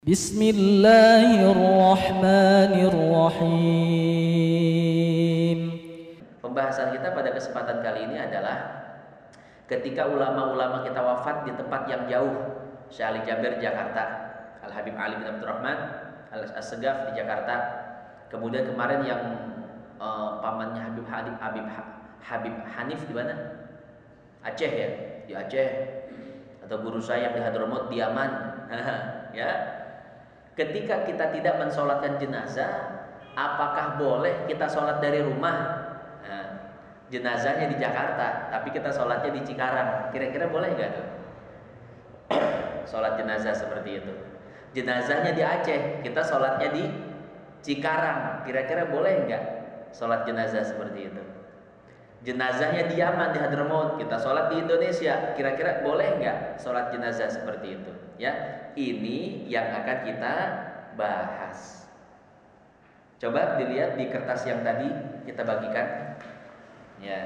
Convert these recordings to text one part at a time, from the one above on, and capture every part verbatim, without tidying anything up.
Bismillahirrahmanirrahim. Pembahasan kita pada kesempatan kali ini adalah ketika ulama-ulama kita wafat di tempat yang jauh. Syekh Ali Jabir Jakarta, Al Habib Ali bin Abdurrahman Al Assegaf di Jakarta. Kemudian kemarin yang uh, pamannya Habib Habib Habib Habib Hanif di mana? Aceh ya, di Aceh. Atau guru saya yang di Hadramaut di Yaman. Ya. Ketika kita tidak mensolatkan jenazah, apakah boleh kita sholat dari rumah? Nah, jenazahnya di Jakarta, tapi kita sholatnya di Cikarang. Kira-kira boleh nggak tuh? Sholat jenazah seperti itu. Jenazahnya di Aceh, kita sholatnya di Cikarang. Kira-kira boleh nggak sholat jenazah seperti itu? Jenazahnya di Yaman, di Hadramaut, kita sholat di Indonesia. Kira-kira boleh nggak sholat jenazah seperti itu? Ya, ini yang akan kita bahas. Coba dilihat di kertas yang tadi kita bagikan. Ya.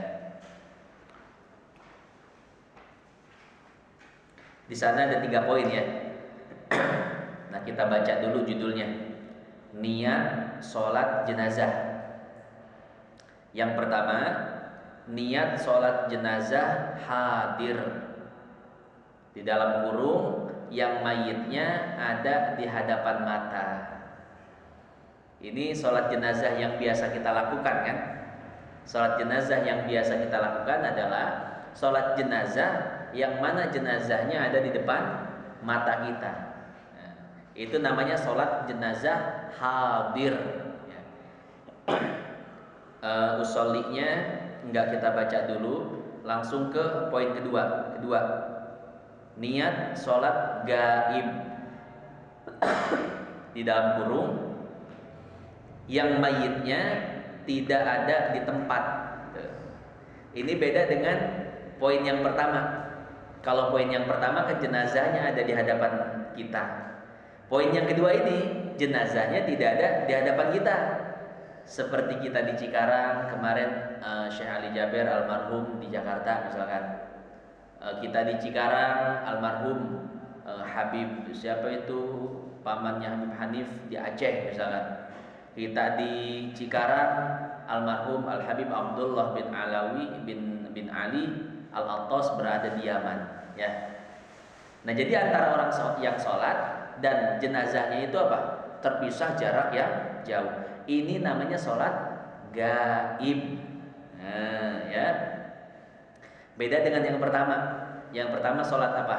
Di sana ada tiga poin ya. Nah, kita baca dulu judulnya. Niat sholat jenazah. Yang pertama, niat sholat jenazah hadir. Di dalam kurung, yang mayitnya ada di hadapan mata. Ini sholat jenazah yang biasa kita lakukan kan? Sholat jenazah yang biasa kita lakukan adalah sholat jenazah yang mana jenazahnya ada di depan mata kita. Nah, itu namanya sholat jenazah hadir. Ya. Uh, usollinya enggak kita baca dulu, langsung ke poin kedua. Kedua, niat sholat gaib. Di dalam kurung, yang mayitnya tidak ada di tempat. Ini beda dengan poin yang pertama. Kalau poin yang pertama kan jenazahnya ada di hadapan kita. Poin yang kedua ini jenazahnya tidak ada di hadapan kita. Seperti kita di Cikarang kemarin, uh, Syekh Ali Jabir almarhum di Jakarta misalkan. Uh, kita di Cikarang almarhum uh, Habib siapa itu pamannya Habib Hanif di Aceh misalkan. Kita di Cikarang almarhum Al Habib Abdullah bin Alawi bin bin Ali Al Attas berada di Yaman ya. Nah, jadi antara orang yang sholat dan jenazahnya itu apa? Terpisah jarak yang jauh. Ini namanya sholat gaib. Nah, ya. Beda dengan yang pertama. Yang pertama sholat apa?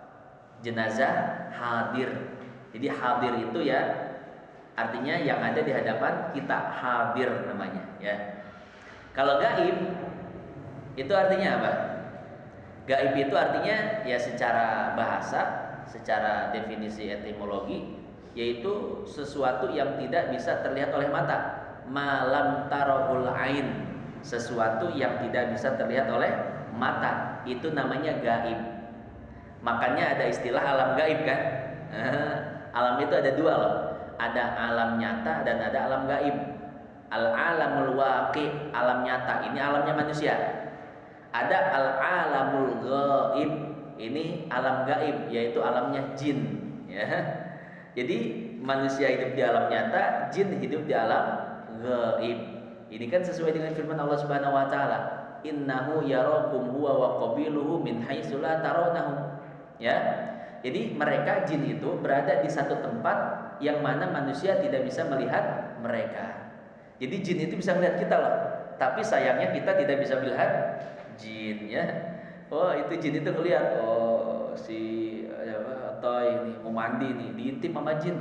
Jenazah hadir. Jadi hadir itu ya artinya yang ada di hadapan kita, hadir namanya ya. Kalau gaib itu artinya apa? Gaib itu artinya ya secara bahasa, secara definisi etimologi, yaitu sesuatu yang tidak bisa terlihat oleh mata. Malam tarahul ain, sesuatu yang tidak bisa terlihat oleh mata, itu namanya gaib. Makanya ada istilah alam gaib kan? Alam itu ada dua loh. Ada alam nyata dan ada alam gaib. Al-alamul waqi, alam nyata, ini alamnya manusia. Ada al-alamul gaib, ini alam gaib, yaitu alamnya jin ya. Jadi manusia hidup di alam nyata, jin hidup di alam gaib. Ini kan sesuai dengan firman Allah Subhanahu wa taala, innahu yarakum huwa wa qabiluhu min haitsu la tarawnahum. Ya. Jadi mereka jin itu berada di satu tempat yang mana manusia tidak bisa melihat mereka. Jadi jin itu bisa melihat kita loh, tapi sayangnya kita tidak bisa melihat jin ya. Oh, itu jin itu ngelihat, oh si apa Toy ini mau mandi nih, diintip sama jin.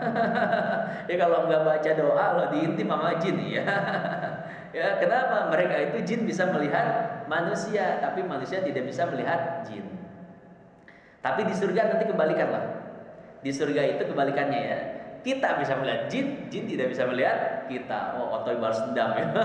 Ya kalau nggak baca doa lo diintip sama jin ya. Ya kenapa? Mereka itu jin bisa melihat manusia, tapi manusia tidak bisa melihat jin. Tapi di surga nanti kebalikan lah. Di surga itu kebalikannya ya. Kita bisa melihat jin, jin tidak bisa melihat kita. Oh, Otoy balas dendam ya.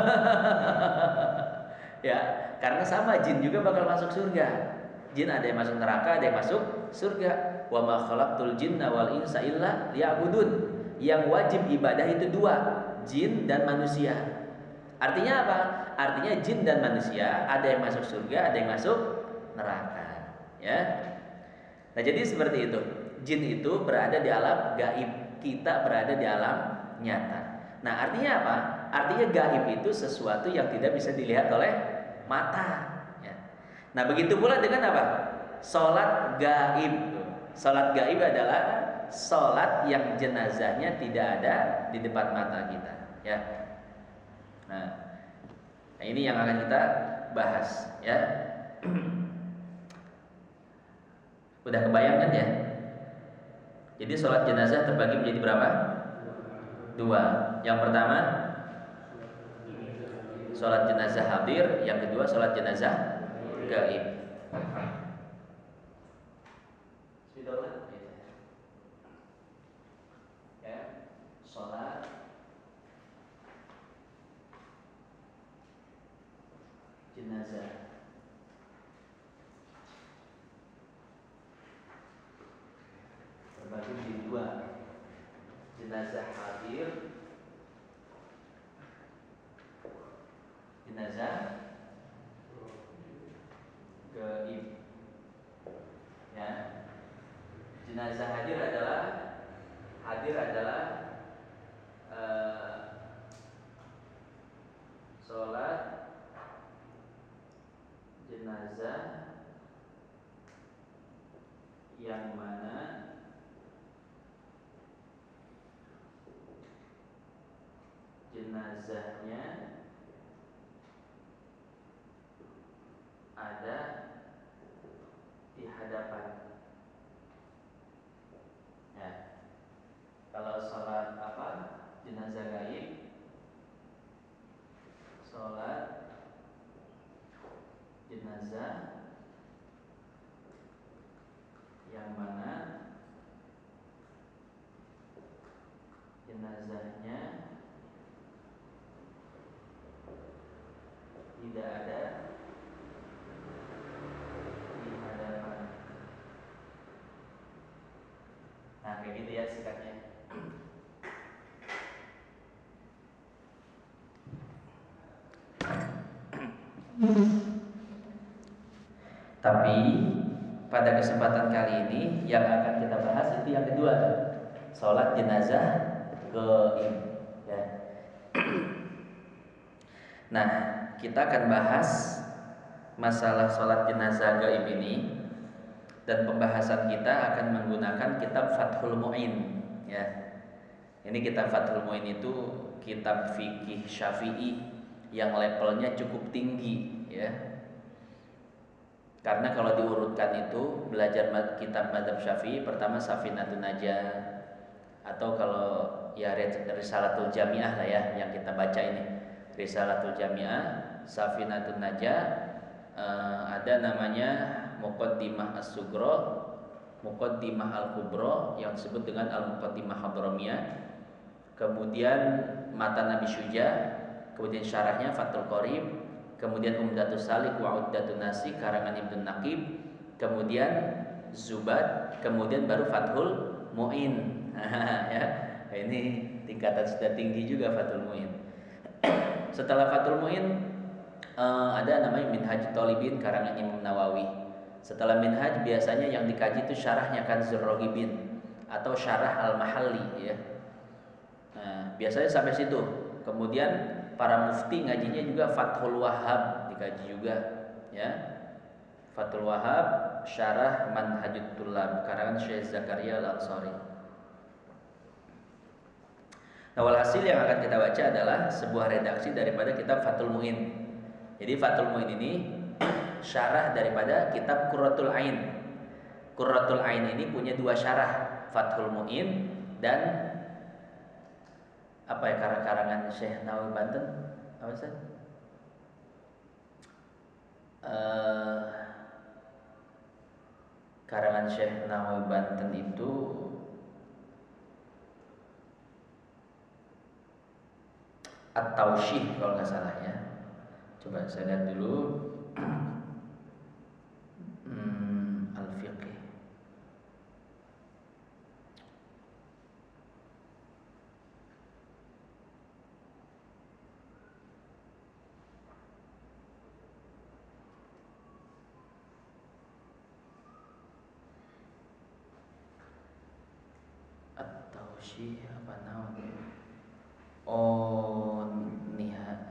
Ya, karena sama jin juga bakal masuk surga. Jin ada yang masuk neraka, ada yang masuk surga. Wa ma khalaqtul jinna wal insa illa liya'budun. Yang wajib ibadah itu dua, jin dan manusia. Artinya apa? Artinya jin dan manusia ada yang masuk surga, ada yang masuk neraka. Ya. Nah, jadi seperti itu. jin itu berada di alam gaib, kita berada di alam nyata. Nah, artinya apa? Artinya gaib itu sesuatu yang tidak bisa dilihat oleh mata. Ya. Nah, begitu pula dengan apa? Sholat gaib. Sholat gaib adalah sholat yang jenazahnya tidak ada di depan mata kita. Ya. Nah, ini yang akan kita bahas. Ya. Udah kebayang kan ya? Jadi sholat jenazah terbagi menjadi berapa? Dua. Yang pertama sholat jenazah hadir, yang kedua sholat jenazah gaib. Ya, sholat jenazah terbagi menjadi dua, jenazah hadir, jenazah gaib. Ya, jenazah hadir adalah hadir adalah uh, sholat jenazah yang mana jenazahnya ada di hadapan. Ya. Kalau sholat apa? Jenazah gaib, sholat jenazah yang mana jenazahnya tidak ada di hadapan. Nah, kayak gitu ya sikapnya. Tapi pada kesempatan kali ini yang akan kita bahas itu yang kedua, sholat jenazah gaib. Ya. Nah, kita akan bahas masalah sholat jenazah gaib ini, dan pembahasan kita akan menggunakan kitab Fathul Mu'in. Ya, ini kitab Fathul Mu'in itu kitab fikih Syafi'i yang levelnya cukup tinggi, ya. Karena kalau diurutkan itu belajar kitab Madzhab Syafi'i, pertama Safinatun Najah, atau kalau ya Risalatul Jami'ah lah ya yang kita baca ini. Risalatul Jami'ah, Safinatun Najah, eh, ada namanya Muqaddimah As-Sughra, Muqaddimah Al-Kubra yang disebut dengan Al-Muqaddimah Hadramiyah, kemudian Matan Nabi Syuja, kemudian syarahnya Fathul Qorib, kemudian Umdatus Salik wa Uddatun Nasi karangan Ibnu Naqib, kemudian Zubad, kemudian baru Fathul Mu'in. Ya, ini tingkatan sudah tinggi juga Fathul Mu'in. Setelah Fathul Mu'in uh, ada namanya Minhaj Thalibin karangan Imam Nawawi. Setelah Minhaj biasanya yang dikaji itu syarahnya Kanzur Raghibin atau Syarah Al-Mahalli, ya. Nah, biasanya sampai situ. Kemudian para mufti ngajinya juga Fathul Wahhab dikaji juga, ya. Fathul Wahhab Syarah Manhajut Tullab karangan Syekh Zakaria Al-Ansari. Nah, walhasil yang akan kita baca adalah sebuah redaksi daripada kitab Fathul Mu'in. Jadi Fathul Mu'in ini syarah daripada kitab Qurratul Ain. Qurratul Ain ini punya dua syarah, Fathul Mu'in dan apa ya, karang-karangan Syekh Nawawi Banten, apa sih? Uh, karangan Syekh Nawawi Banten itu At-Taushih kalau nggak salah ya. Coba saya lihat dulu. hmm, Al-Fiqh. Ci apa naon? Oh, niha.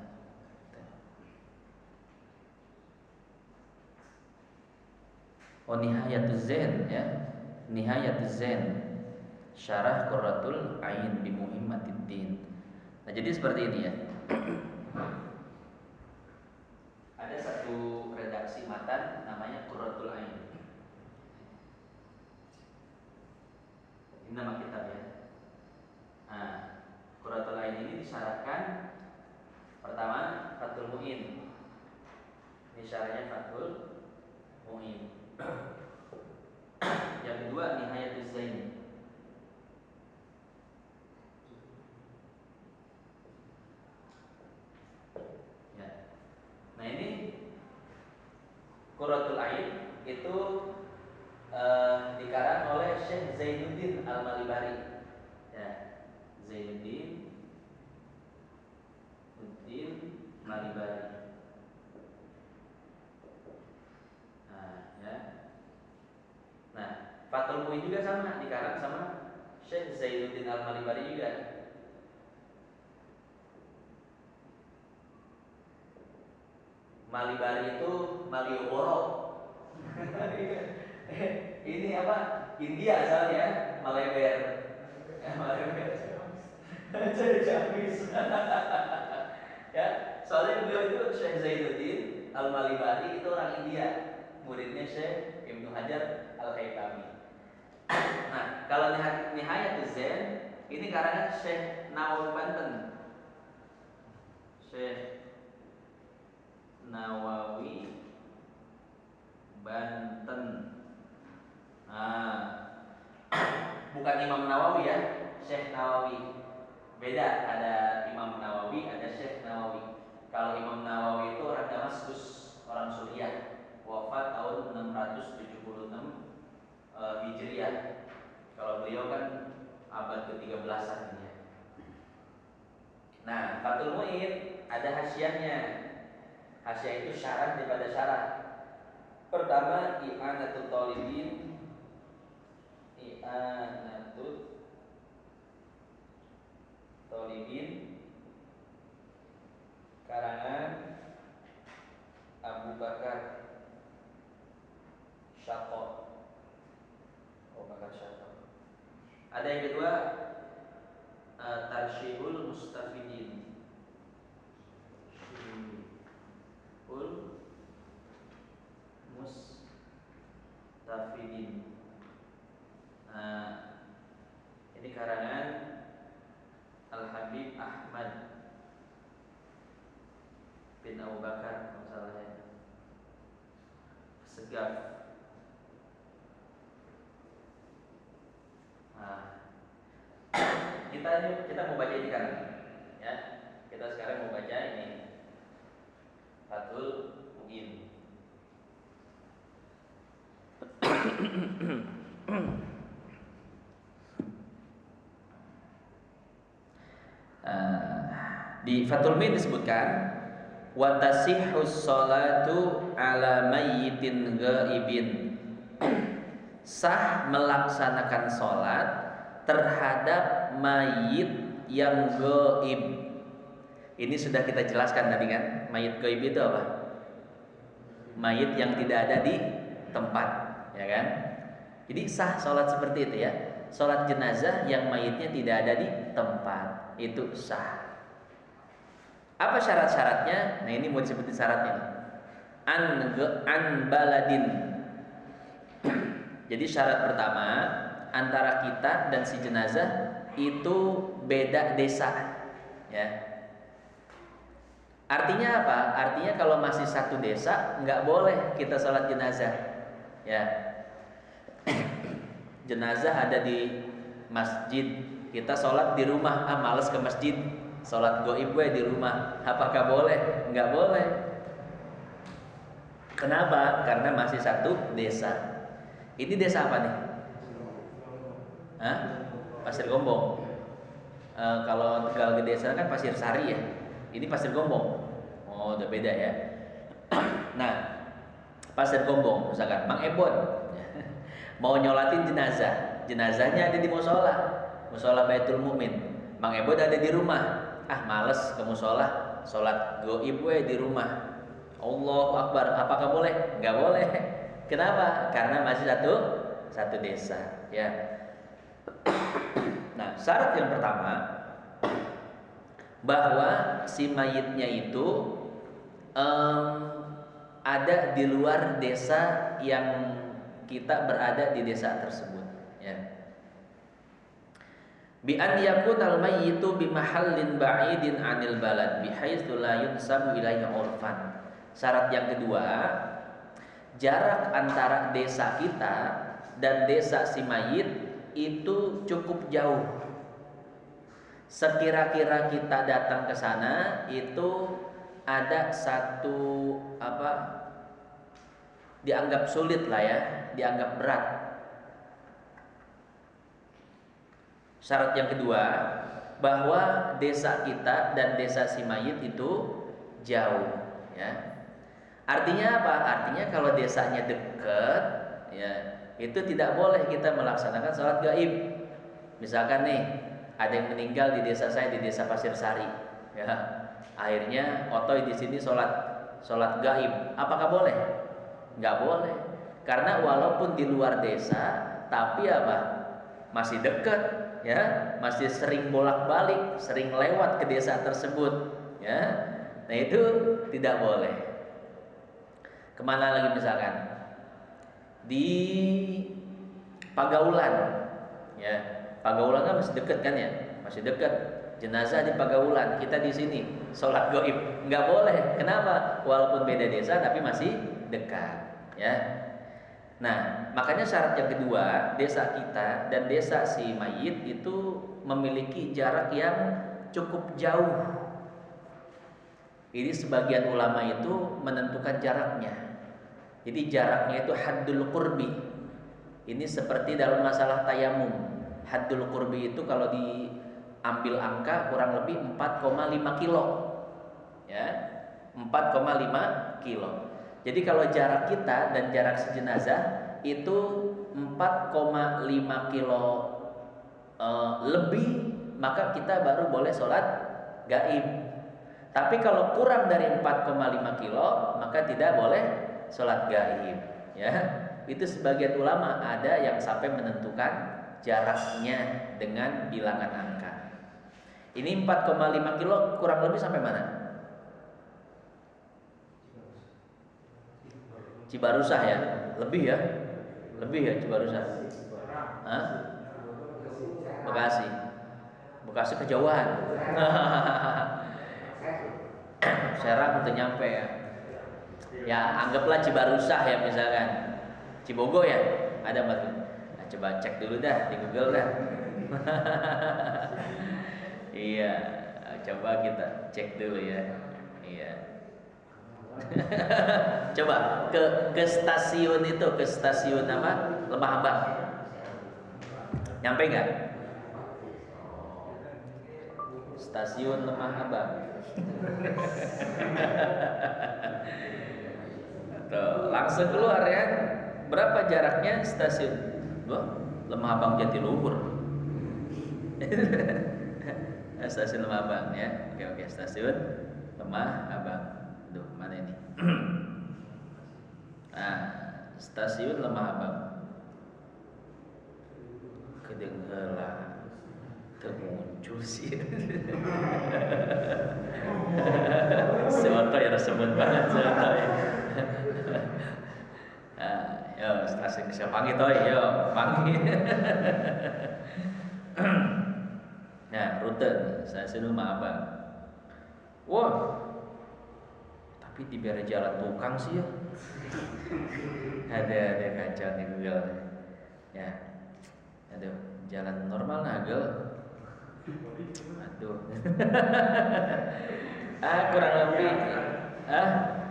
Oh, Nihayatuz Zain ya. Nihayatuz Zain. Syarah Qurratul Ain bi Muhammadiddin. Nah, jadi seperti ini ya. Ada satu redaksi matan namanya Qurratul Ain. Ini nama kitab ya. Nah, Qurratul Ain ini disyaratkan pertama Fathul Muin. Ini syaratnya Fathul Muin. Yang kedua Nihayatuz Zain. Ya. Nah, ini Qurratul Ain itu Uh, dikarang oleh Syekh Zainuddin Al-Malibari ya, Zainuddin Uddin Malibari. Nah, ya. Nah, Fathul Muin juga sama, dikarang sama Syekh Zainuddin Al-Malibari juga. Malibari itu Malioboro. Ini apa? India asalnya, Maleber. Maleber. Jadi Jamis. Ya, soalnya beliau itu Syekh Zainuddin Al-Malibari itu orang India, muridnya Syekh Ibnu Hajar Al-Haytami. Nah, kalau Nihayatuz Zain ini karangan Syekh Nawawi Banten. Syekh Nawawi Banten. Nah, bukan Imam Nawawi ya, Syekh Nawawi. Beda, ada Imam Nawawi, ada Syekh Nawawi. Kalau Imam Nawawi itu orang Damaskus, orang Suriah, wafat tahun enam ratus tujuh puluh enam e, Hijriah. Kalau beliau kan abad ke tiga belasan ini ya. Nah, Fathul Muin ada hasyiahnya. Hasyiah itu syarah daripada syarah. Pertama, I'anatul Talibin. I'anatul Talibin karangan Abu Bakar Syaqo. Abu Bakar Syaqo. Ada yang kedua, uh, Tarsyihul Mustafidin. Syihul Mustafidin. Nah, ini karangan Al-Habib Ahmad bin Abu Bakar, kalau salahnya Segaf. Nah, kita kita mau baca ini kan, ya. Kita sekarang mau baca ini Fathul Muin. Uh, di Fathul Muin disebutkan wa tasihhus sholatu ala mayyitin ghaibin. Sah melaksanakan sholat terhadap mayit yang gaib. Ini sudah kita jelaskan tadi kan, mayit gaib itu apa? Mayit yang tidak ada di tempat, ya kan? Jadi sah sholat seperti itu ya. Sholat jenazah yang mayitnya tidak ada di tempat, itu sah. Apa syarat-syaratnya? Nah, ini mau disebutin syaratnya nih. An an baladin. Jadi syarat pertama, antara kita dan si jenazah itu beda desa, ya. Artinya apa? Artinya kalau masih satu desa nggak boleh kita sholat jenazah, ya. Jenazah ada di masjid, kita sholat di rumah. Ah, males ke masjid, sholat goib gue di rumah. Apakah boleh? Nggak boleh. Kenapa? Karena masih satu desa. Ini desa apa nih? Hah? Pasir Gombong. E, kalau Tegal Gede sana kan Pasir Sari ya. Ini Pasir Gombong. Oh, udah beda ya. Nah, Pasir Gombong, misalkan Mang Ebon mau nyolatin jenazah, jenazahnya ada di musola. musola Baitul Mumin. Mang Ebod ada di rumah. Ah, males ke musola, sholat goib we di rumah. Allahu Akbar. Apakah boleh? Enggak boleh. Kenapa? Karena masih satu satu desa, ya. Nah, syarat yang pertama bahwa si mayitnya itu um, ada di luar desa yang kita berada di desa tersebut, ya. Bi an yakunal mayyitu bi mahallin ba'idin 'anil balad bihaitsu la yunsabu ilaihi 'urfan. Syarat yang kedua, jarak antara desa kita dan desa si mayit itu cukup jauh. Sekira-kira kita datang ke sana itu ada satu apa? Dianggap sulit lah ya, dianggap berat. Syarat yang kedua, bahwa desa kita dan desa si mayit itu jauh, ya. Artinya apa? Artinya kalau desanya dekat, ya, itu tidak boleh kita melaksanakan sholat gaib. Misalkan nih, ada yang meninggal di desa saya, di desa Pasir Sari, ya. Akhirnya otoy di sini sholat sholat gaib. Apakah boleh? Nggak boleh. Karena walaupun di luar desa, tapi apa? Masih dekat. Ya, masih sering bolak-balik, sering lewat ke desa tersebut, ya. Nah, itu tidak boleh. Kemana lagi misalkan? Di Pagaulan, ya. Pagaulan kan masih dekat kan ya, masih dekat. Jenazah di Pagaulan, kita di sini sholat gaib, nggak boleh. Kenapa? Walaupun beda desa, tapi masih dekat, ya. Nah, makanya syarat yang kedua, desa kita dan desa si mayit itu memiliki jarak yang cukup jauh. Ini sebagian ulama itu menentukan jaraknya. Jadi jaraknya itu haddul qurbi. Ini seperti dalam masalah tayamum. Haddul qurbi itu kalau diambil angka kurang lebih empat koma lima kilo. Ya, empat koma lima kilo. Jadi kalau jarak kita dan jarak si jenazah itu empat koma lima kilo e, lebih, maka kita baru boleh sholat gaib. Tapi kalau kurang dari empat koma lima kilo, maka tidak boleh sholat gaib. Ya, itu sebagian ulama ada yang sampai menentukan jaraknya dengan bilangan angka. Ini empat koma lima kilo kurang lebih sampai mana? Cibarusah ya, lebih ya, lebih ya Cibarusah. Hah? Bekasi, Bekasi kejauhan. Serang udah nyampe ya. Ya anggaplah Cibarusah ya misalkan. Cibogo ya, ada batu. Nah, coba cek dulu dah di Google dah. Iya, coba kita cek dulu ya. Iya. Coba ke ke stasiun itu, ke stasiun apa? Lembah Abang. Nyampe nggak? Stasiun Lembah Abang. Tuh, langsung keluar ya. Berapa jaraknya stasiun? Wah, Lembah Abang Jatiluhur. Stasiun Lembah Abang ya. Oke oke, stasiun Lembah Abang. Duh, mana ini? Nah, stasiun Lembah Abang. Kedengeran termuncul sih. Seotoy ya sebut banget seotoy. Nah, yo stasiun siapa panggil toy, yo panggil. Nah, rute stasiun Lembah Abang. Wah, tapi di biar jalan tukang sih ya. Ada ada kacau di Google. Ya, aduh, jalan normal nagel. Aduh. ah kurang lebih ah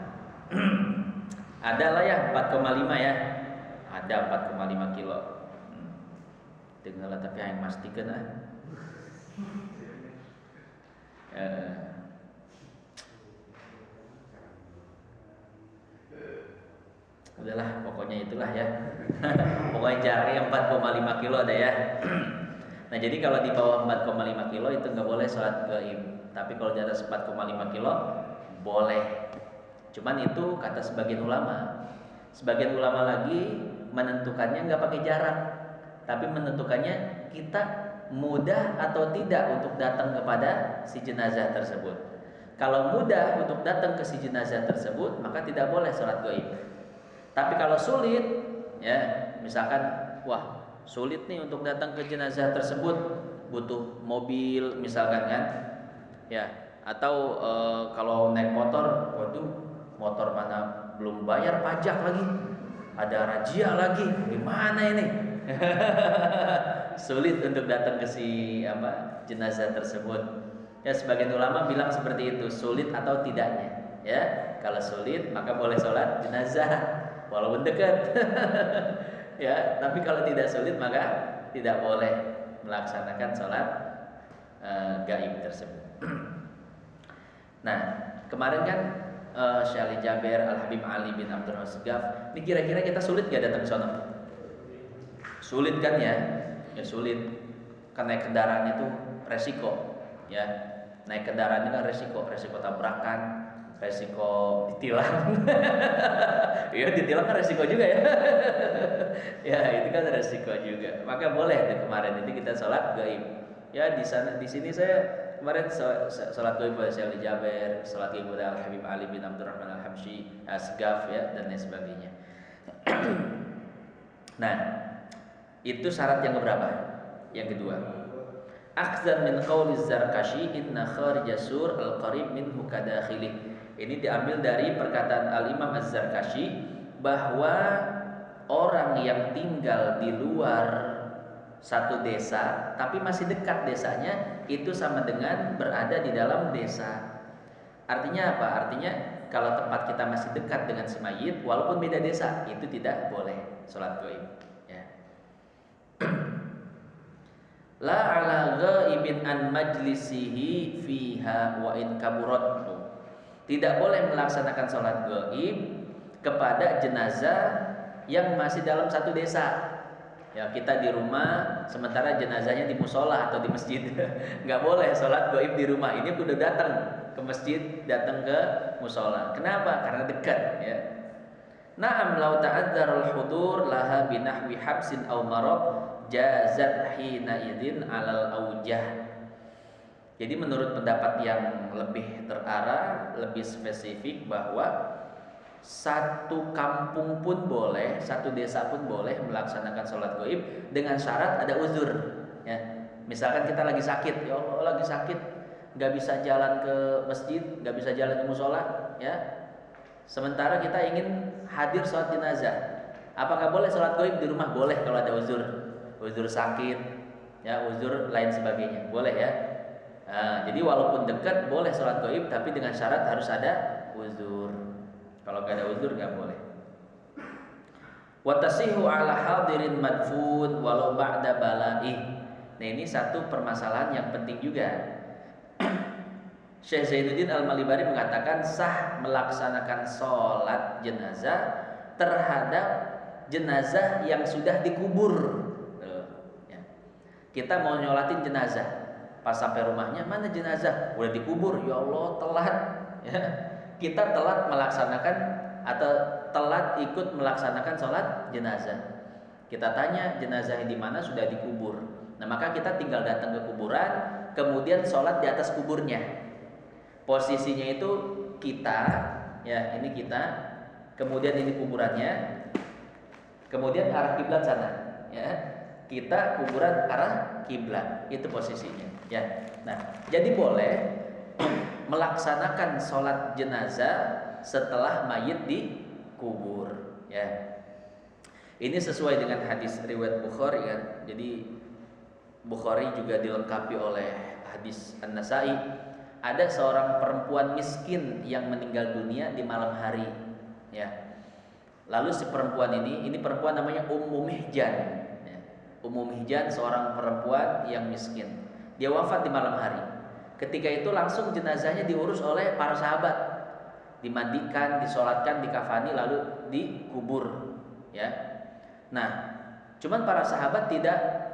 ada lah ya empat koma lima ya. Ada empat koma lima kilo. Hmm. Dengarlah tapi yang mastikeun ah. Eh. Udahlah pokoknya itulah ya. Pokoknya jaraknya empat koma lima kilo ada ya. Nah Nah jadi kalau di bawah empat koma lima kilo itu nggak boleh sholat gaib. Tapi kalau di atas empat koma lima kilo boleh. Cuman itu kata sebagian ulama. Sebagian ulama lagi menentukannya nggak pakai jarak, tapi menentukannya kita mudah atau tidak untuk datang kepada si jenazah tersebut. Kalau mudah untuk datang ke si jenazah tersebut, maka tidak boleh sholat gaib. Tapi kalau sulit, ya misalkan, wah sulit nih untuk datang ke jenazah tersebut, butuh mobil misalkan kan, ya atau e, kalau naik motor, waduh motor mana belum bayar pajak lagi, ada razia lagi, gimana ini? Sulit untuk datang ke si apa jenazah tersebut. Ya sebagian ulama bilang seperti itu, sulit atau tidaknya. Ya kalau sulit maka boleh sholat jenazah walaupun dekat. Ya tapi kalau tidak sulit maka tidak boleh melaksanakan sholat uh, gaib tersebut. Nah kemarin kan uh, Syekh Ali Jaber, Al Habib Ali bin Abdul Razak, ini kira-kira kita sulit gak datang ke sana? Sulit kan ya? Ya sulit. Karena naik kendaraan itu resiko, ya. Naik kendaraan itu kan resiko, resiko tabrakan, resiko ditilang. Iya ditilang kan resiko juga ya. Ya itu kan resiko juga. Maka boleh deh kemarin ini kita sholat gaib. Ya di sana di sini saya kemarin sholat gaib pada Syekh Ali Jaber, sholat gaib pada Al Habib Ali bin Abdurrahman Al Habsyi, Asgaf ya dan lain sebagainya. Nah itu syarat yang keberapa? Yang kedua. Akhzan min qawli Zarkashi inna kharija sur al-qarib minhu kadakhilih. Ini diambil dari perkataan Al-Imam Az-Zarkashi bahwa orang yang tinggal di luar satu desa tapi masih dekat desanya itu sama dengan berada di dalam desa. Artinya apa? Artinya kalau tempat kita masih dekat dengan si mayit walaupun beda desa itu tidak boleh sholat gaib. La ala ghaibin an majlisihi fiha wa in kaburat. Tidak boleh melaksanakan sholat gaib kepada jenazah yang masih dalam satu desa. Ya kita di rumah sementara jenazahnya di musola atau di masjid. Nggak boleh sholat gaib di rumah. Ini udah datang ke masjid, datang ke musola. Kenapa? Karena dekat ya. Na'am law ta'adzara al-hudur laha binahwi habsin aw marad jazat hina idzin 'alal aujah. Jadi menurut pendapat yang lebih terarah, lebih spesifik bahwa satu kampung pun boleh, satu desa pun boleh melaksanakan sholat gaib dengan syarat ada uzur. Ya, misalkan kita lagi sakit, ya Allah lagi sakit, nggak bisa jalan ke masjid, nggak bisa jalan ke musola, ya. Sementara kita ingin hadir sholat jenazah, apakah boleh sholat gaib di rumah? Boleh kalau ada uzur, uzur sakit, ya uzur lain sebagainya, boleh ya. Nah, jadi walaupun dekat boleh sholat gaib, tapi dengan syarat harus ada uzur. Kalau gak ada uzur gak boleh. Watasihu ala hadirin madfun walau ba'da balaih. Nah ini satu permasalahan yang penting juga. Syekh Zainuddin Al-Malibari mengatakan sah melaksanakan sholat jenazah terhadap jenazah yang sudah dikubur. Kita mau nyolatin jenazah, pas sampai rumahnya mana jenazah? Udah dikubur, ya Allah telat. Ya. Kita telat melaksanakan atau telat ikut melaksanakan sholat jenazah. Kita tanya jenazahnya di mana, sudah dikubur. Nah maka kita tinggal datang ke kuburan, kemudian sholat di atas kuburnya. Posisinya itu kita, ya ini kita, kemudian ini kuburannya, kemudian arah kiblat sana, ya kita kuburan arah kiblat, itu posisinya, ya. Nah jadi boleh melaksanakan sholat jenazah setelah mayit dikubur, ya. Ini sesuai dengan hadis riwayat Bukhari kan. Jadi Bukhari juga dilengkapi oleh hadis An-Nasai. Ada seorang perempuan miskin yang meninggal dunia di malam hari, ya. Lalu si perempuan ini, ini perempuan namanya Ummu Mihjan, ya. Ummu Mihjan seorang perempuan yang miskin. Dia wafat di malam hari. Ketika itu langsung jenazahnya diurus oleh para sahabat, dimandikan, disolatkan, dikafani, lalu dikubur, ya. Nah, cuman para sahabat tidak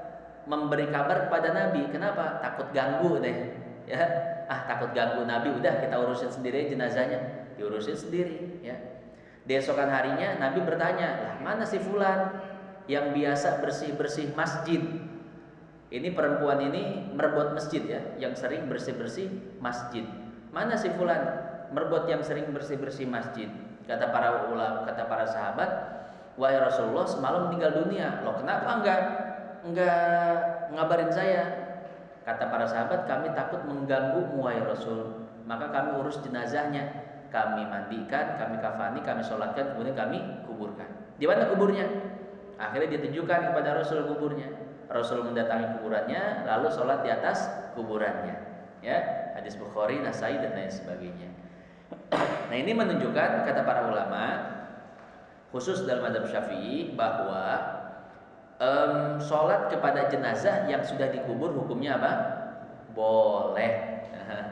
memberi kabar kepada Nabi. Kenapa? Takut ganggu deh. Ya, ah takut ganggu Nabi, udah kita urusin sendiri jenazahnya, diurusin sendiri. Ya. Desokan harinya Nabi bertanya, lah mana si fulan yang biasa bersih-bersih masjid? Ini perempuan ini merebut masjid ya, yang sering bersih-bersih masjid. Mana si fulan merebut yang sering bersih-bersih masjid? Kata para ulama, kata para sahabat, wahai Rasulullah semalam meninggal dunia. Loh kenapa enggak enggak ngabarin saya? Kata para sahabat, kami takut mengganggu wahai Rasul, maka kami urus jenazahnya, kami mandikan, kami kafani, kami sholatkan, kemudian kami kuburkan. Di mana kuburnya? Akhirnya ditunjukkan kepada Rasul kuburnya. Rasul mendatangi kuburannya, lalu sholat di atas kuburannya. Ya, hadis Bukhari, Nasai dan lain sebagainya. Nah ini menunjukkan kata para ulama, khusus dalam mazhab Syafi'i, bahwa Um, sholat kepada jenazah yang sudah dikubur hukumnya apa? Boleh.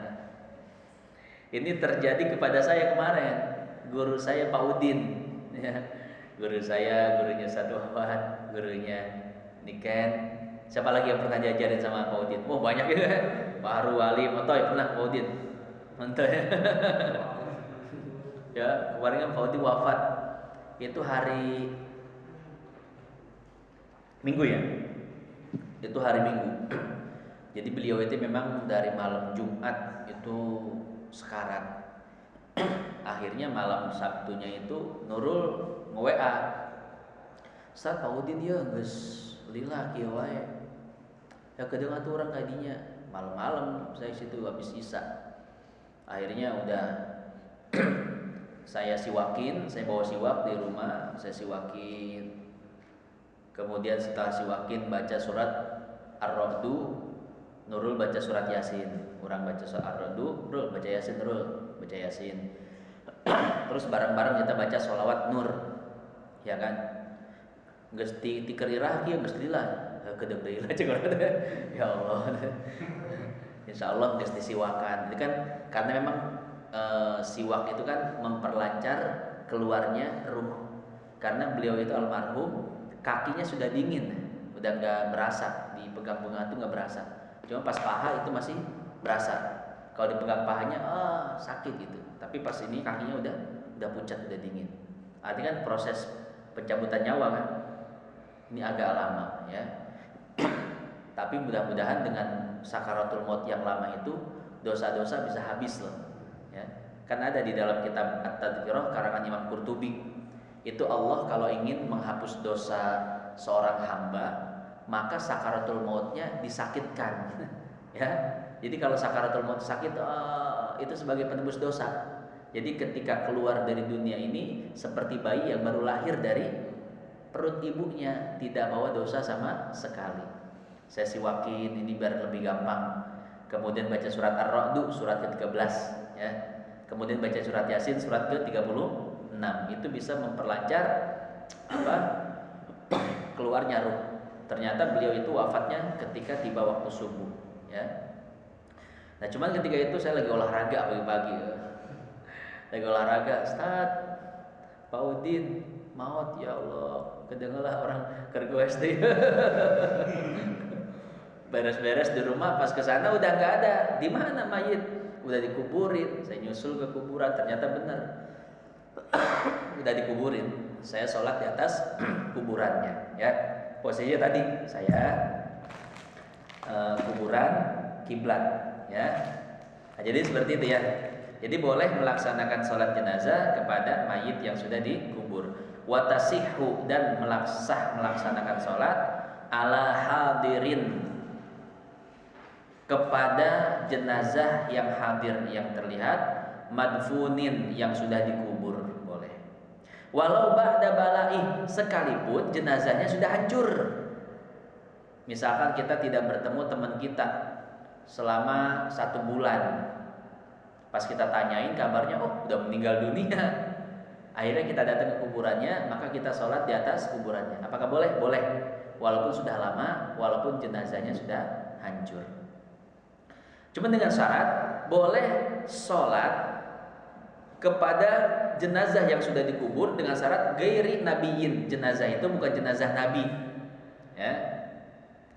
Ini terjadi kepada saya kemarin. Guru saya Pak Udin, guru saya, gurunya Satu Ahmad, gurunya Niken. Siapa lagi yang pernah diajarin sama Pak Udin? Oh banyak ya. Pak Haru Wali, Motoy pernah Pak Udin. Mantap ya. Ya kemarin kan Pak Udin wafat. Itu hari Minggu ya, itu hari Minggu. Jadi beliau itu memang dari malam Jumat itu sekarat. Akhirnya malam Sabtunya itu Nurul nge-W A, Ustaz Pak Udin ya geus lila kieu wae. Ya kedeung atuh urang kadinya. Malam-malam saya situ habis Isya. Akhirnya udah saya siwakin, saya bawa siwak di rumah, saya siwakin. Kemudian setelah siwakin baca surat Ar-Ra'du, Nurul baca surat Yasin. Orang baca surat Ar-Ra'du, Nurul baca Yasin, Nurul baca Yasin. Terus bareng-bareng kita baca sholawat Nur. Ya kan? Geus ti ti kerirah kieu geus lila. Kedeung deui lah cek urang. Ya Allah. Insyaallah geus disiwakan. Ini kan karena memang e, siwak itu kan memperlancar keluarnya ruh. Karena beliau itu almarhum kakinya sudah dingin, udah nggak berasa, dipegang-pegang itu nggak berasa. Cuma pas paha itu masih berasa. Kalau dipegang pahanya, ah sakit gitu. Tapi pas ini kakinya udah udah pucat, udah dingin. Artinya kan proses pencabutan nyawa kan, ini agak lama ya. Tapi mudah-mudahan dengan sakaratul maut yang lama itu dosa-dosa bisa habis loh. Ya. Kan ada di dalam kitab At-Tadhkirah karangan Imam Qurtubi. Itu Allah kalau ingin menghapus dosa seorang hamba, maka sakaratul mautnya disakitkan. Ya, jadi kalau sakaratul maut sakit, oh, itu sebagai penebus dosa. Jadi ketika keluar dari dunia ini seperti bayi yang baru lahir dari perut ibunya, tidak bawa dosa sama sekali. Saya siwakin ini biar lebih gampang. Kemudian baca surat Ar-Ra'du surat ke tiga belas ya. Kemudian baca surat Yasin surat ke tiga puluh enam. Itu bisa memperlancar apa? Keluarnya ruh. Ternyata beliau itu wafatnya ketika tiba waktu subuh ya. Nah, cuman ketika itu saya lagi olahraga pagi-pagi. Ya. Lagi olahraga, Ustaz Pak Udin maut ya Allah. Kedengalah orang kerja S D. Beres-beres di rumah, pas ke sana udah nggak ada. Di mana mayit? Udah dikuburin. Saya nyusul ke kuburan, ternyata benar. Udah dikuburin. Saya sholat di atas kuburannya. Ya, posisinya tadi saya uh, kuburan kiblat. Ya, nah, jadi seperti itu ya. Jadi boleh melaksanakan sholat jenazah kepada mayit yang sudah dikubur. Watasihu dan melaksah melaksanakan sholat ala hadirin kepada jenazah yang hadir yang terlihat, madfunin yang sudah dikubur boleh. Walau ba'da balaih sekalipun jenazahnya sudah hancur. Misalkan kita tidak bertemu teman kita selama satu bulan. Pas kita tanyain kabarnya, oh udah meninggal dunia. Akhirnya kita datang ke kuburannya, maka kita sholat di atas kuburannya. Apakah boleh? Boleh. Walaupun sudah lama, walaupun jenazahnya sudah hancur. Cuma dengan syarat boleh sholat kepada jenazah yang sudah dikubur dengan syarat gairi nabiyin. Jenazah itu bukan jenazah nabi, ya.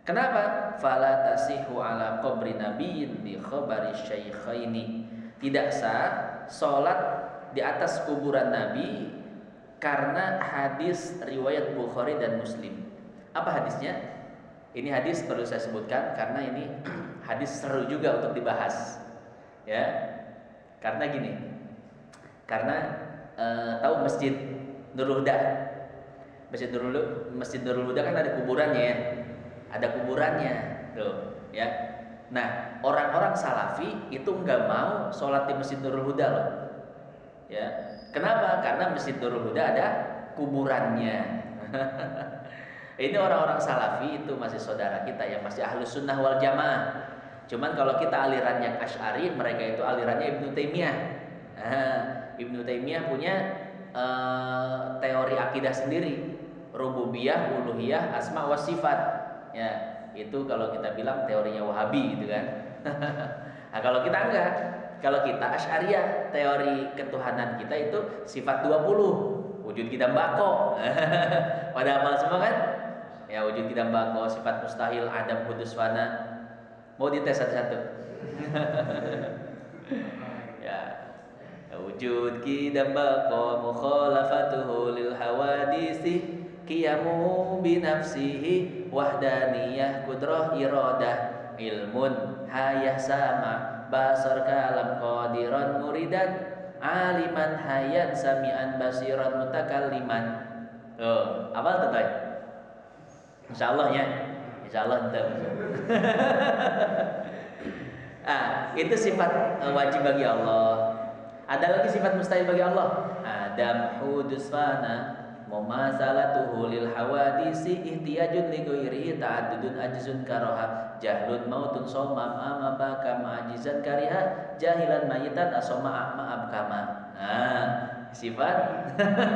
Kenapa? Fala tasihu ala qabri nabiyyin bi khabari syaikhaini. Tidak sah salat di atas kuburan Nabi karena hadis riwayat Bukhari dan Muslim. Apa hadisnya? Ini hadis perlu saya sebutkan karena ini hadis seru juga untuk dibahas. Ya. Karena gini. Karena e, tahu Masjid Nurul Huda? Masjid Nurul Masjid Nurul Huda kan ada kuburannya ya. Ada kuburannya, tuh, ya. Nah, orang-orang Salafi itu nggak mau sholat di Masjid Nurul Huda loh, ya. Kenapa? Karena Masjid Nurul Huda ada kuburannya. Ini orang-orang Salafi itu masih saudara kita yang masih Ahlus Sunnah wal Jamaah. Cuman kalau kita aliran yang Asy'ari, mereka itu alirannya Ibnu Taimiyah. Nah, Ibnu Taimiyah punya uh, teori akidah sendiri, rububiyah, uluhiyah, asma wa sifat. Ya, itu kalau kita bilang teorinya Wahabi gitu kan. Nah, kalau kita enggak, kalau kita Asy'ariyah, teori ketuhanan kita itu sifat dua puluh, wujud kita mbako. Pada hafal semua kan? Ya, wujud kita mbako, sifat mustahil, adam, hudus, fana. Mau dites satu-satu? Ya. Wujud kita mbako, mukhalafatuhu lil hawadisi, qiyamu binafsihi, wahdaniyah, kudrah, iradah, ilmun, hayah, sama, basar, kalam, qadiran, muridan, aliman, hayat, sami'an, basiran, mutakalliman. Tuh, apa tuh? Insyaallah ya. Insyaallah ente. Ah, itu sifat wajib bagi Allah. Ada lagi sifat mustahil bagi Allah. Adam, hudus, fana, mumasalatuhu lil hawadisi, ihtiyajun li ghairihi, ta'addudun, ajzun, karaha, jahlun, mautun, somam, amaba, kama, ajizan, kariha, jahilan, mayitan, asoma, a'ma, abkama. Nah, sifat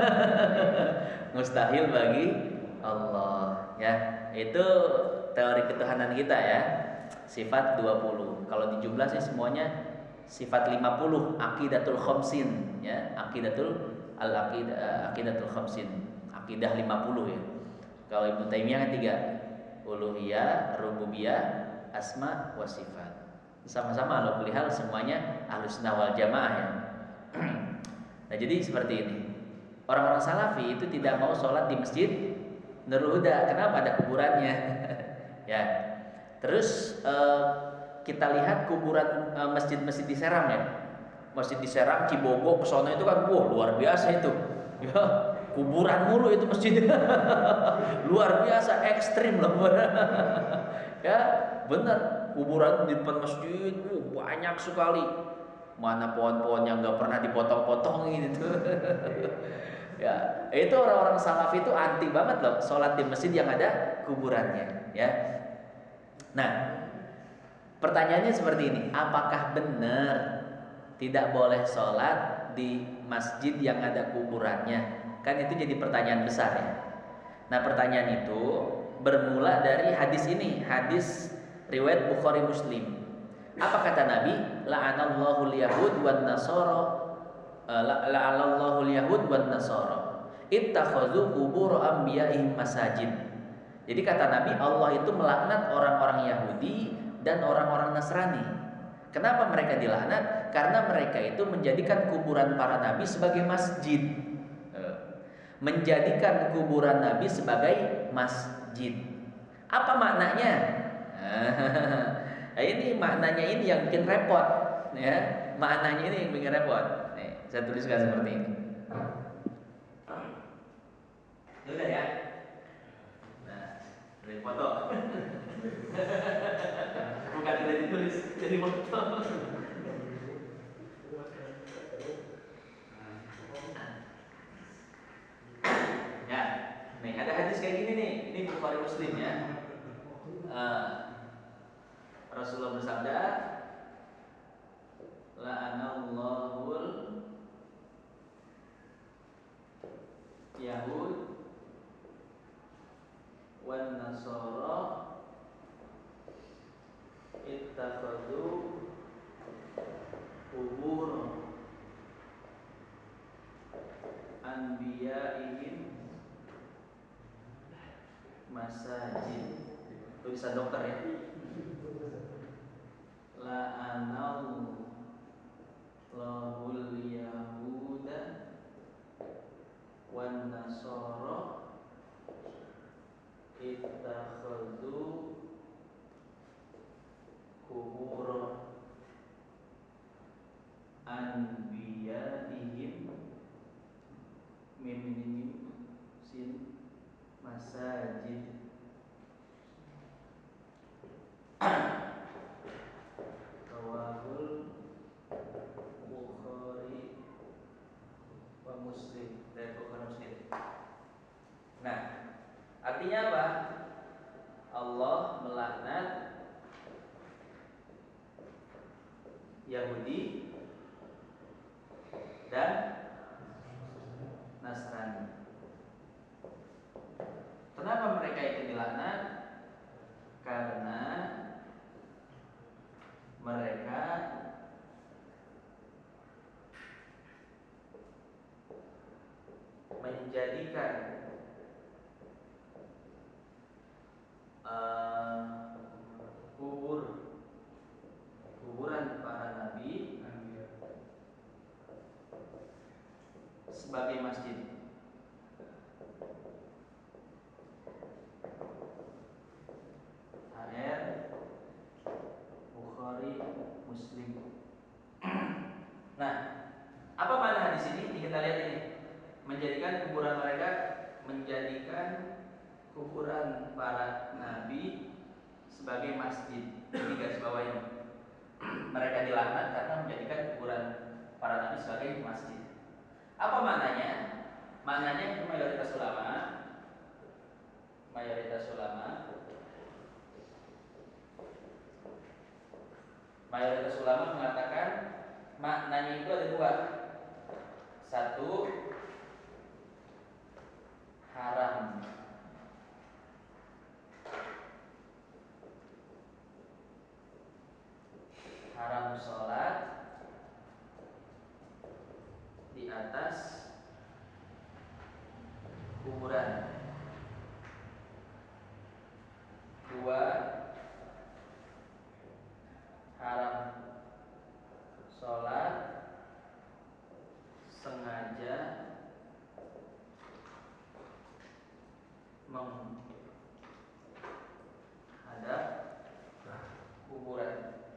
mustahil bagi Allah, ya. Itu teori ketuhanan kita ya. Sifat dua puluh. Kalau di jumlah sih semuanya sifat lima puluh, aqidatul khamsin ya, aqidatul al-aqidah aqidatul khamsin, aqidah lima puluh ya. Kalau Ibnu Taimiyah kan tiga, uluhiyah, rububiyah, asma wa sifat. Sama-sama ala kulli hal semuanya Ahlus Sunnah wal Jamaah ya. Nah, jadi seperti ini. Orang-orang Salafi itu tidak mau sholat di Masjid Nurul Huda. Kenapa? Ada kuburannya. Ya. Terus eh, kita lihat kuburan eh, masjid-masjid di Serang ya. Masjid di Serang, Cibogo, kesono itu kan wah luar biasa itu. Ya, kuburan mulu itu masjid. Luar biasa, ekstrim loh. Ya, benar. Kuburan di depan masjid, uh, banyak sekali. Mana pohon-pohon yang nggak pernah dipotong-potong gitu. Ya, itu orang-orang Salafi itu anti banget loh sholat di masjid yang ada kuburannya. Ya. Nah, pertanyaannya seperti ini, apakah benar tidak boleh sholat di masjid yang ada kuburannya? Kan itu jadi pertanyaan besar ya. Nah, pertanyaan itu bermula dari hadis ini, hadis riwayat Bukhari Muslim. Apa kata Nabi? La'anallahu al-yahud wan nasara, la'anallahu al-yahud wan nasara ittakhadhu qubur anbiya'ihim masajid. Jadi kata Nabi, Allah itu melaknat orang-orang Yahudi dan orang-orang Nasrani. Kenapa mereka dilaknat? Karena mereka itu menjadikan kuburan para nabi sebagai masjid. Menjadikan kuburan nabi sebagai masjid. Apa maknanya? Nah, ini maknanya ini yang bikin repot, ya. Maknanya ini yang bikin repot. Nih, saya tuliskan seperti ini. Sudah ya. Dari foto. Bukan tidak ditulis, jadi foto. Ya, nih ada hadis kayak gini nih. Ini Bukhari Muslim ya. Uh, Rasulullah bersabda, la'anallahul yahud wan nasara ittakhadhu qubur anbiya'ihim masajid. tulisan dokter ya. La'anallahu lahul yahuda wan nasara ittakhadhu kubur anbiya'ihim mim mim sin masajid. Rawahul Bukhari wa Muslim, dari Bukhari Muslim. Nah, artinya apa? Allah melaknat Yahudi dan Nasrani. Kenapa mereka itu dilaknat? Karena mereka menjadikan uh, kubur kuburan para nabi sebagai masjid. H R Bukhari Muslim. Nah, apa makna hadis ini? Kita lihat ini. Menjadikan kuburan mereka, menjadikan kuburan para nabi sebagai masjid. Di garis bawah ini. Mereka dilaknat karena menjadikan kuburan para nabi sebagai masjid. Apa maknanya? Maknanya mayoritas ulama, mayoritas ulama, mayoritas ulama mengatakan maknanya itu ada dua. Satu, haram haram sholat di atas kuburan. Dua, haram sholat sengaja menghadap kuburan.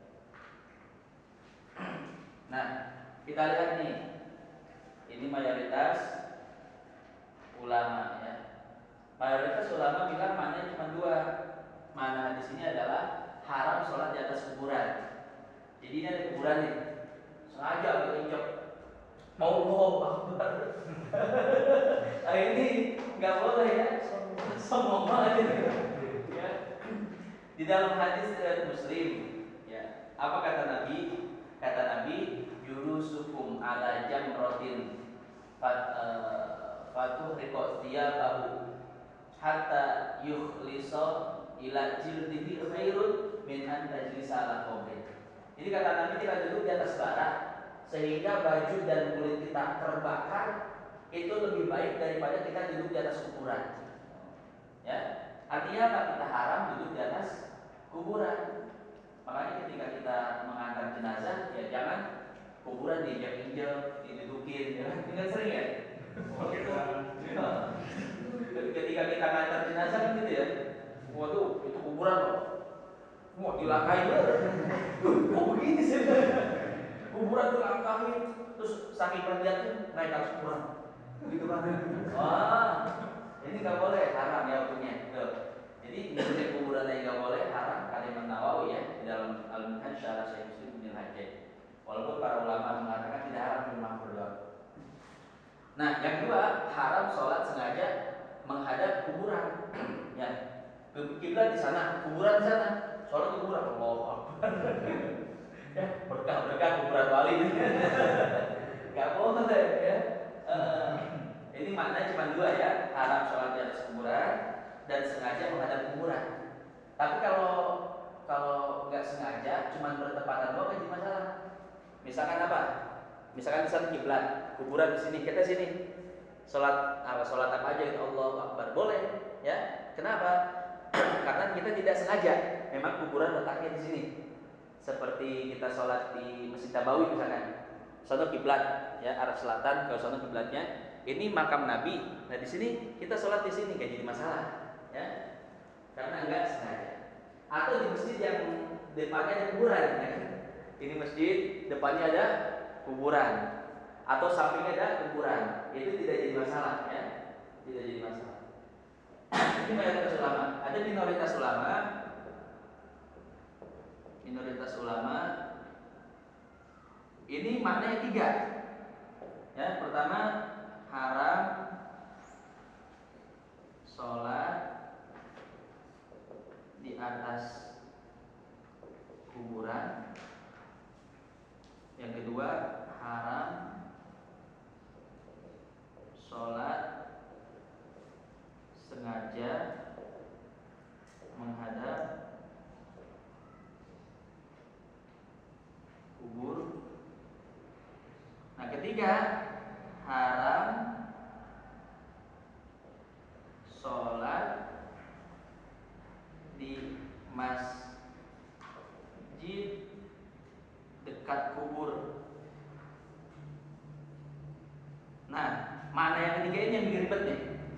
Nah, kita lihat nih, ini mayoritas ulama ya. Mayoritas ulama bilang maknanya cuma dua. Mana di sini adalah haram sholat di atas kuburan. Jadi ini ada kuburan nih, sengaja aku injak, mau mau akbar. Nah, ini nggak boleh ya, sombong banget ini. Ya. Di dalam hadis riwayat Muslim, ya, apa kata Nabi? Kata Nabi, julusukum ala jamratin fat fatuh riqo thiyabahu hatta yukhlisa ila jildihi khairun min an tajlisa ala qabri. Jadi kata Nabi, kita duduk di atas bara sehingga baju dan kulit kita terbakar, itu lebih baik daripada kita duduk di atas kuburan. Ya, artinya apa? Kita haram duduk di atas kuburan. Makanya ketika kita mengantar jenazah, ya jangan kuburan diinjak-injak, didudukin, ya kan? Tinggal sering ya. Oh, gitu. Ketika kita mengantar jenazah kan gitu ya. Waduh, itu kuburan loh. Wah, dilangkahin. Kok begini sih? Kuburan dilangkahin, terus saking perhatian naik atas kuburan. Gitu kan? Wah, ini nggak boleh, haram ya hukumnya. Tuh. Jadi ini kuburan yang nggak boleh, haram. Kalimat Nawawi ya di dalam Al-Minhaj Syarah Sahih Muslim bin Hajjaj. Walaupun para ulama mengatakan tidak haram memang berdoa. Nah, yang kedua, haram sholat sengaja menghadap kuburan. Ya, kiblat di sana, kuburan di sana, sholat di kuburan. Allahu Akbar. Ya, berkah-berkah kuburan wali. Gak boleh ya. Uh, ini maknanya cuma dua ya, haram sholat di atas kuburan dan sengaja menghadap kuburan. Tapi kalau kalau nggak sengaja, cuma bertepatan doang jadi masalah. Misalkan apa? Misalkan di sana kiblat, kuburan di sini, kita sini. Sholat apa? Sholat apa aja itu Allahu Akbar boleh, ya? Kenapa? karena kita tidak sengaja. Memang kuburan letaknya di sini. Seperti kita sholat di Masjid Nabawi misalkan, sono kiblat ya, arah selatan, ke sono kiblatnya. Ini makam Nabi. Nah di sini kita sholat di sini nggak jadi masalah, ya, karena enggak sengaja. Atau di masjid yang depannya ada kuburan, ya. Ini masjid depannya ada kuburan, atau sampingnya ada kuburan, itu tidak jadi masalah, ya, tidak jadi masalah. Ini mayoritas ulama. Ada minoritas ulama. Minoritas ulama ini maknanya tiga. Ya, pertama haram sholat di atas kuburan. Yang kedua haram sholat sengaja menghadap kubur. Nah, ketiga haram sholat di masjid dekat kubur. Nah, mana yang ketiga ini yang bikin ribet nih?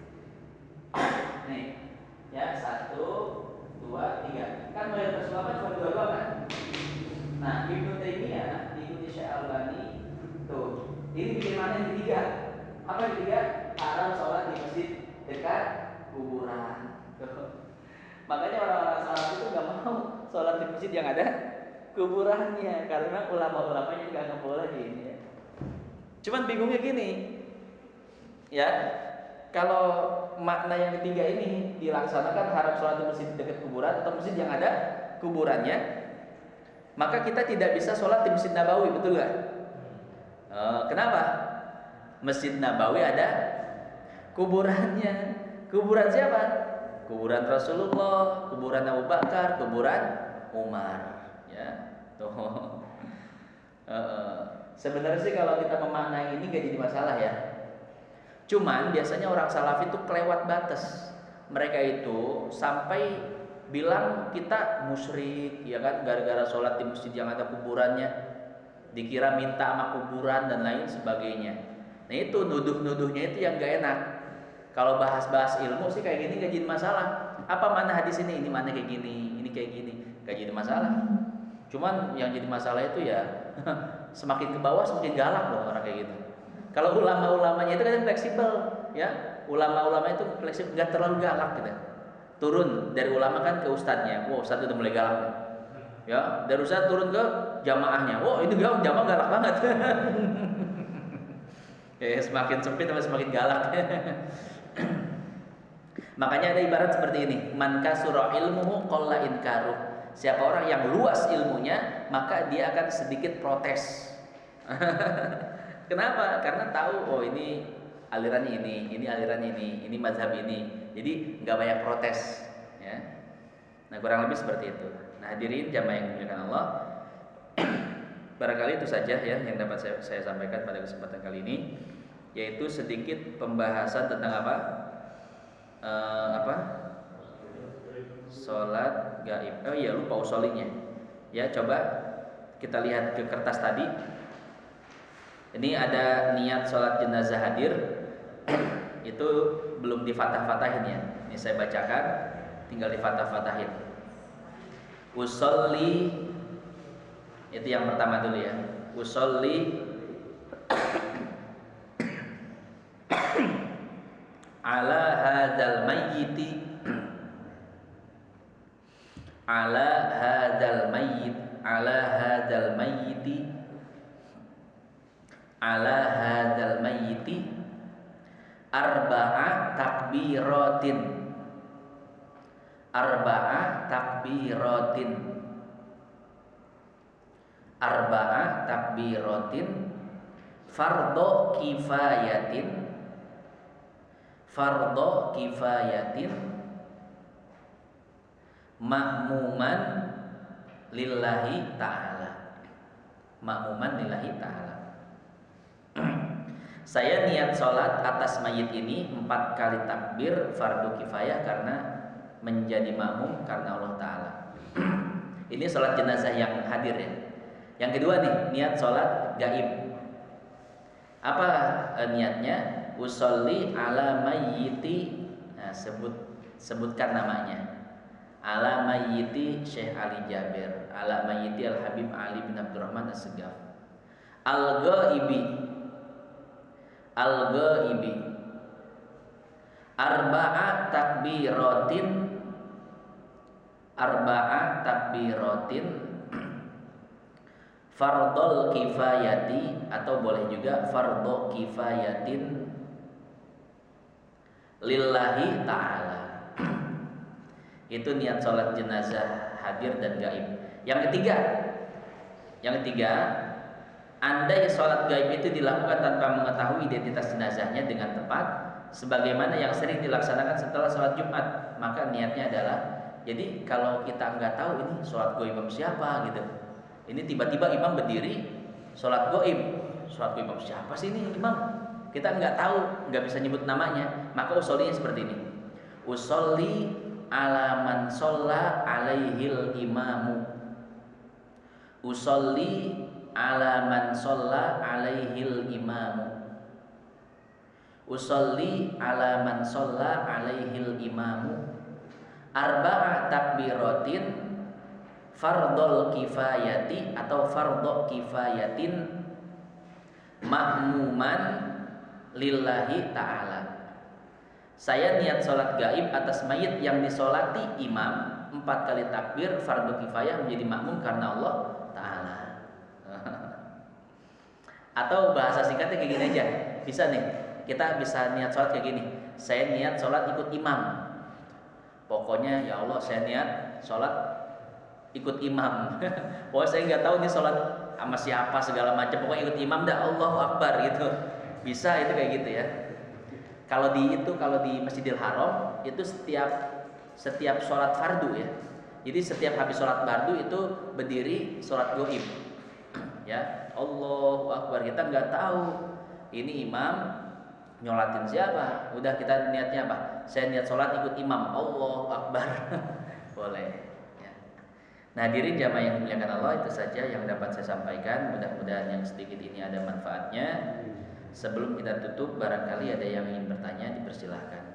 Nih, ya, satu, dua, tiga. Kan mayoritas ulama cuma dua doang kan? Nah, Ibnu Taimiyah diikuti Syekh Albani. Tuh, ini bikin mana yang ketiga? Apa yang ketiga? Haram sholat di masjid dekat kuburan. Tuh. Makanya orang-orang salaf itu nggak mau sholat di masjid yang ada kuburannya, karena ulama-ulamanya nggak ngeboleh ini. Ya. Cuman bingungnya gini, ya. Kalau makna yang ketiga ini dilaksanakan haram sholat di masjid dekat kuburan atau masjid yang ada kuburannya, maka kita tidak bisa sholat di Masjid Nabawi, betul nggak? E, kenapa? Masjid Nabawi ada kuburannya. Kuburan siapa? Kuburan Rasulullah, kuburan Abu Bakar, kuburan Umar. Ya, tuh. E, sebenarnya sih kalau kita memaknai ini nggak jadi masalah ya. Cuman biasanya orang salaf itu kelewat batas. Mereka itu sampai bilang kita musyrik, ya kan, gara-gara sholat di masjid yang ada kuburannya, dikira minta sama kuburan dan lain sebagainya. Nah itu nuduh-nuduhnya itu yang gak enak. Kalau bahas-bahas ilmu sih kayak gini gak jadi masalah. Apa mana hadis ini? Ini mana kayak gini, ini kayak gini, gak jadi masalah. Cuman yang jadi masalah itu ya semakin ke bawah semakin galak loh orang kayak gitu. Kalau ulama-ulamanya itu kan fleksibel, ya. Ulama-ulama itu fleksibel, nggak terlalu galak gitu. Turun dari ulama kan ke ustadznya, wow, ustadz udah mulai galak, ya. Dari ustadz turun ke jamaahnya, wow, ini gak jamaah galak banget. Ya, semakin sempit sama semakin galak. Makanya ada ibarat seperti ini, man kasura ilmuhu qalla inkaruh. Siapa orang yang luas ilmunya, maka dia akan sedikit protes. Kenapa? Karena tahu, oh ini alirannya ini, ini aliran ini, ini mazhab ini. Jadi nggak banyak protes, ya. Nah kurang lebih seperti itu. Nah hadirin jamaah yang dimuliakan Allah, barangkali itu saja ya yang dapat saya, saya sampaikan pada kesempatan kali ini, yaitu sedikit pembahasan tentang apa, e, apa, sholat gaib. Oh iya lupa usolnya. Ya coba kita lihat ke kertas tadi. Ini ada niat sholat jenazah hadir, itu belum difatah-fatahin ya. Ini saya bacakan, tinggal difatah-fatahin. Usolli, itu yang pertama dulu ya. Usolli ala hadzal mayyiti, ala hadzal mayyit, ala hadzal mayyiti, ala hadzal mayyiti arba'a takbiratin, arba'a takbiratin, arba'a takbiratin fardhu kifayatin, fardhu kifayatin ma'muman lillahi ta'ala, ma'muman lillahi ta'ala. Saya niat sholat atas mayit ini empat kali takbir fardu kifayah karena menjadi makmum karena Allah Ta'ala. Ini sholat jenazah yang hadir ya. Yang kedua nih, niat sholat gaib. Apa eh, niatnya? Usolli ala mayyiti. Nah, sebut sebutkan namanya. Ala mayyiti Syekh Ali Jabir, ala mayyiti Al Habib Ali bin Abdurrahman As-Segaf. Al-ghaibi. Al-ghaibi. Arba'a takbiratin. Arba'a takbiratin. Fardol kifayati, atau boleh juga fardhu kifayatin lillahi ta'ala. Itu niat sholat jenazah hadir dan gaib. Yang ketiga, yang ketiga, andai sholat gaib itu dilakukan tanpa mengetahui identitas jenazahnya dengan tepat, sebagaimana yang sering dilaksanakan setelah sholat Jumat, maka niatnya adalah, jadi kalau kita nggak tahu ini sholat gaib siapa gitu, ini tiba-tiba imam berdiri sholat gaib, sholat gaib siapa sih ini imam? Kita nggak tahu, nggak bisa nyebut namanya, maka usollinya seperti ini. Usolli ala man sholla alaihil imamu. Usolli ala man sholla alaihil imamu. Usolli ala man sholla alaihil imamu. Arba'a takbiratin fardol kifayati atau fardho kifayatin makmuman lillahi ta'ala. Saya niat sholat gaib atas mayit yang disolati imam empat kali takbir fardu kifayah menjadi makmum karena Allah Ta'ala. Atau bahasa singkatnya kayak gini aja, bisa nih, kita bisa niat sholat kayak gini. Saya niat sholat ikut imam. Pokoknya ya Allah, saya niat sholat ikut imam. Pokoknya saya nggak tahu nih sholat sama siapa segala macam, pokoknya ikut imam dah, Allahu Akbar gitu. Bisa itu kayak gitu ya. Kalau di itu kalau di Masjidil Haram itu setiap setiap sholat fardu ya. Jadi setiap habis sholat fardu itu berdiri sholat goib. Ya, Allahu Akbar. Kita nggak tahu ini imam nyolatin siapa. Udah kita niatnya apa? Saya niat sholat ikut imam. Allahu Akbar. Boleh. Ya. Nah, hadirin jamaah yang dimuliakan Allah, itu saja yang dapat saya sampaikan. Mudah-mudahan yang sedikit ini ada manfaatnya. Sebelum kita tutup, barangkali ada yang ingin bertanya, dipersilahkan.